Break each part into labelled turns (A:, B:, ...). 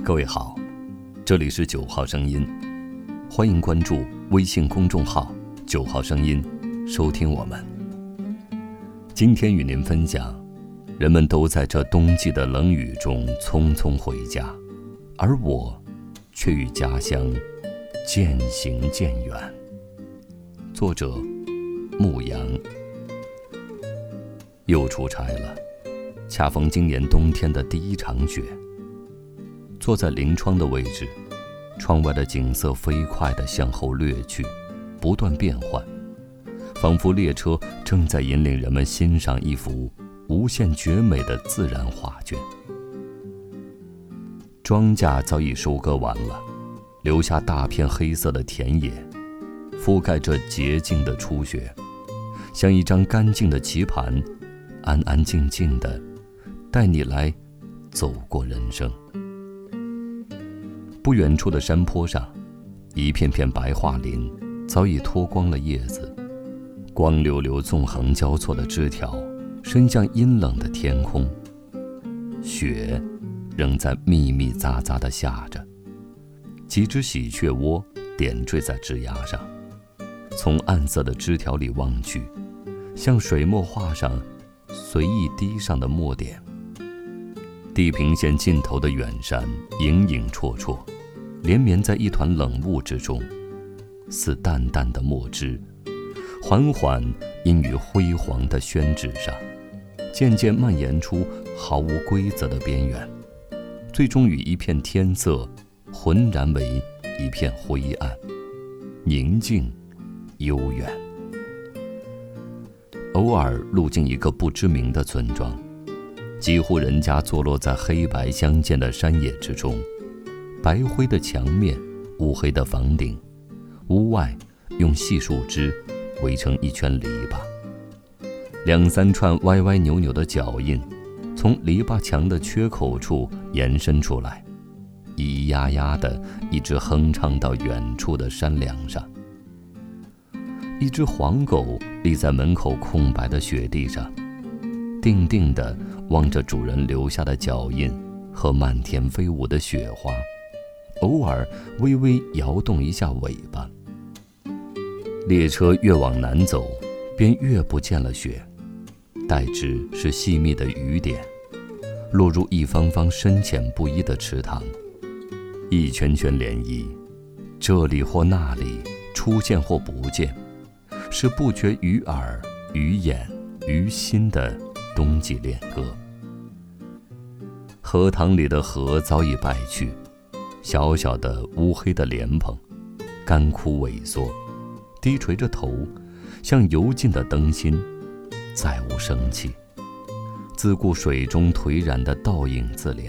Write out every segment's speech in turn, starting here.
A: 各位好，这里是9号声音，欢迎关注微信公众号9号声音，收听我们。今天与您分享，人们都在这冬季的冷雨中匆匆回家，而我却与家乡渐行渐远。作者牧羊。又出差了，恰逢今年冬天的第一场雪。坐在临窗的位置，窗外的景色飞快地向后掠去，不断变换，仿佛列车正在引领人们欣赏一幅无限绝美的自然画卷。庄稼早已收割完了，留下大片黑色的田野，覆盖着洁净的初雪，像一张干净的棋盘，安安静静地带你来走过人生。不远处的山坡上，一片片白桦林早已脱光了叶子，光溜溜纵横交错的枝条伸向阴冷的天空，雪仍在密密匝匝地下着，几只喜鹊窝点缀在枝桠上，从暗色的枝条里望去，像水墨画上随意滴上的墨点。地平线尽头的远山影影绰绰，连绵在一团冷雾之中，似淡淡的墨汁，缓缓印于辉煌的宣纸上，渐渐蔓延出毫无规则的边缘，最终与一片天色浑然为一片灰暗，宁静悠远。偶尔路经一个不知名的村庄，几户人家坐落在黑白相间的山野之中，白灰的墙面，乌黑的房顶，屋外用细树枝围成一圈篱笆，两三串歪歪扭扭的脚印从篱笆墙的缺口处延伸出来，咿咿呀呀地一直哼唱到远处的山梁上。一只黄狗立在门口空白的雪地上，定定地望着主人留下的脚印和漫天飞舞的雪花，偶尔微微摇动一下尾巴。列车越往南走，便越不见了雪，代之是细密的雨点，落入一方方深浅不一的池塘，一圈圈涟漪，这里或那里出现或不见，是不绝于耳于眼于心的冬季恋歌。荷塘里的荷早已败去，小小的乌黑的莲蓬干枯萎缩，低垂着头，像油尽的灯芯，再无生气，自顾水中颓然的倒影自怜。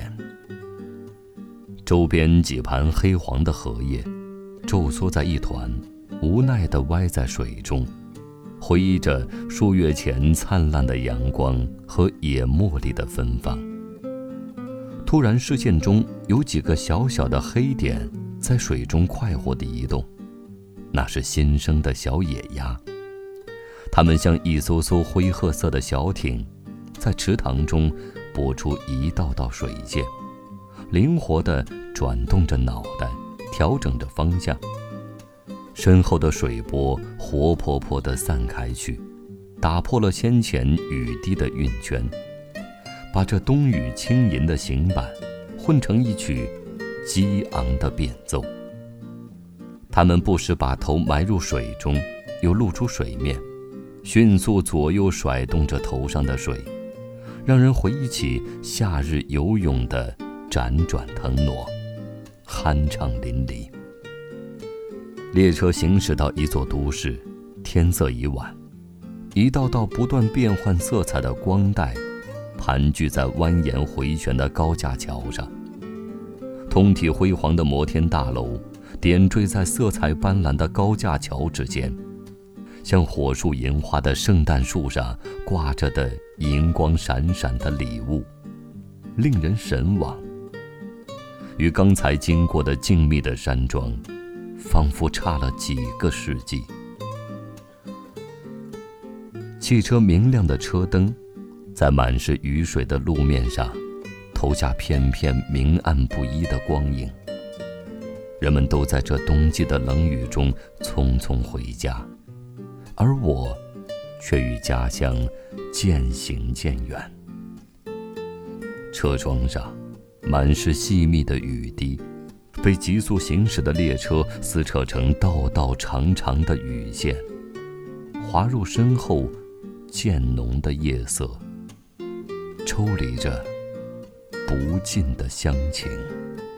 A: 周边几盘黑黄的荷叶皱缩在一团，无奈地歪在水中，回忆着数月前灿烂的阳光和野茉莉的芬芳。突然视线中有几个小小的黑点在水中快活地移动，那是新生的小野鸭，它们像一艘艘灰褐色的小艇，在池塘中拨出一道道水线，灵活地转动着脑袋，调整着方向。身后的水波活泼泼地散开去，打破了先前雨滴的晕圈，把这冬雨轻吟的行板混成一曲激昂的变奏。它们不时把头埋入水中，又露出水面，迅速左右甩动着头上的水，让人回忆起夏日游泳的辗转腾挪，酣畅淋漓。列车行驶到一座都市，天色已晚，一道道不断变换色彩的光带盘踞在蜿蜒回旋的高架桥上，通体辉煌的摩天大楼点缀在色彩斑斓的高架桥之间，像火树银花的圣诞树上挂着的银光闪闪的礼物，令人神往。与刚才经过的静谧的山庄仿佛差了几个世纪。汽车明亮的车灯在满是雨水的路面上投下片片明暗不一的光影。人们都在这冬季的冷雨中匆匆回家，而我却与家乡渐行渐远。车窗上满是细密的雨滴，被急速行驶的列车撕扯成道道长长的雨线，滑入身后渐浓的夜色，抽离着不尽的乡情。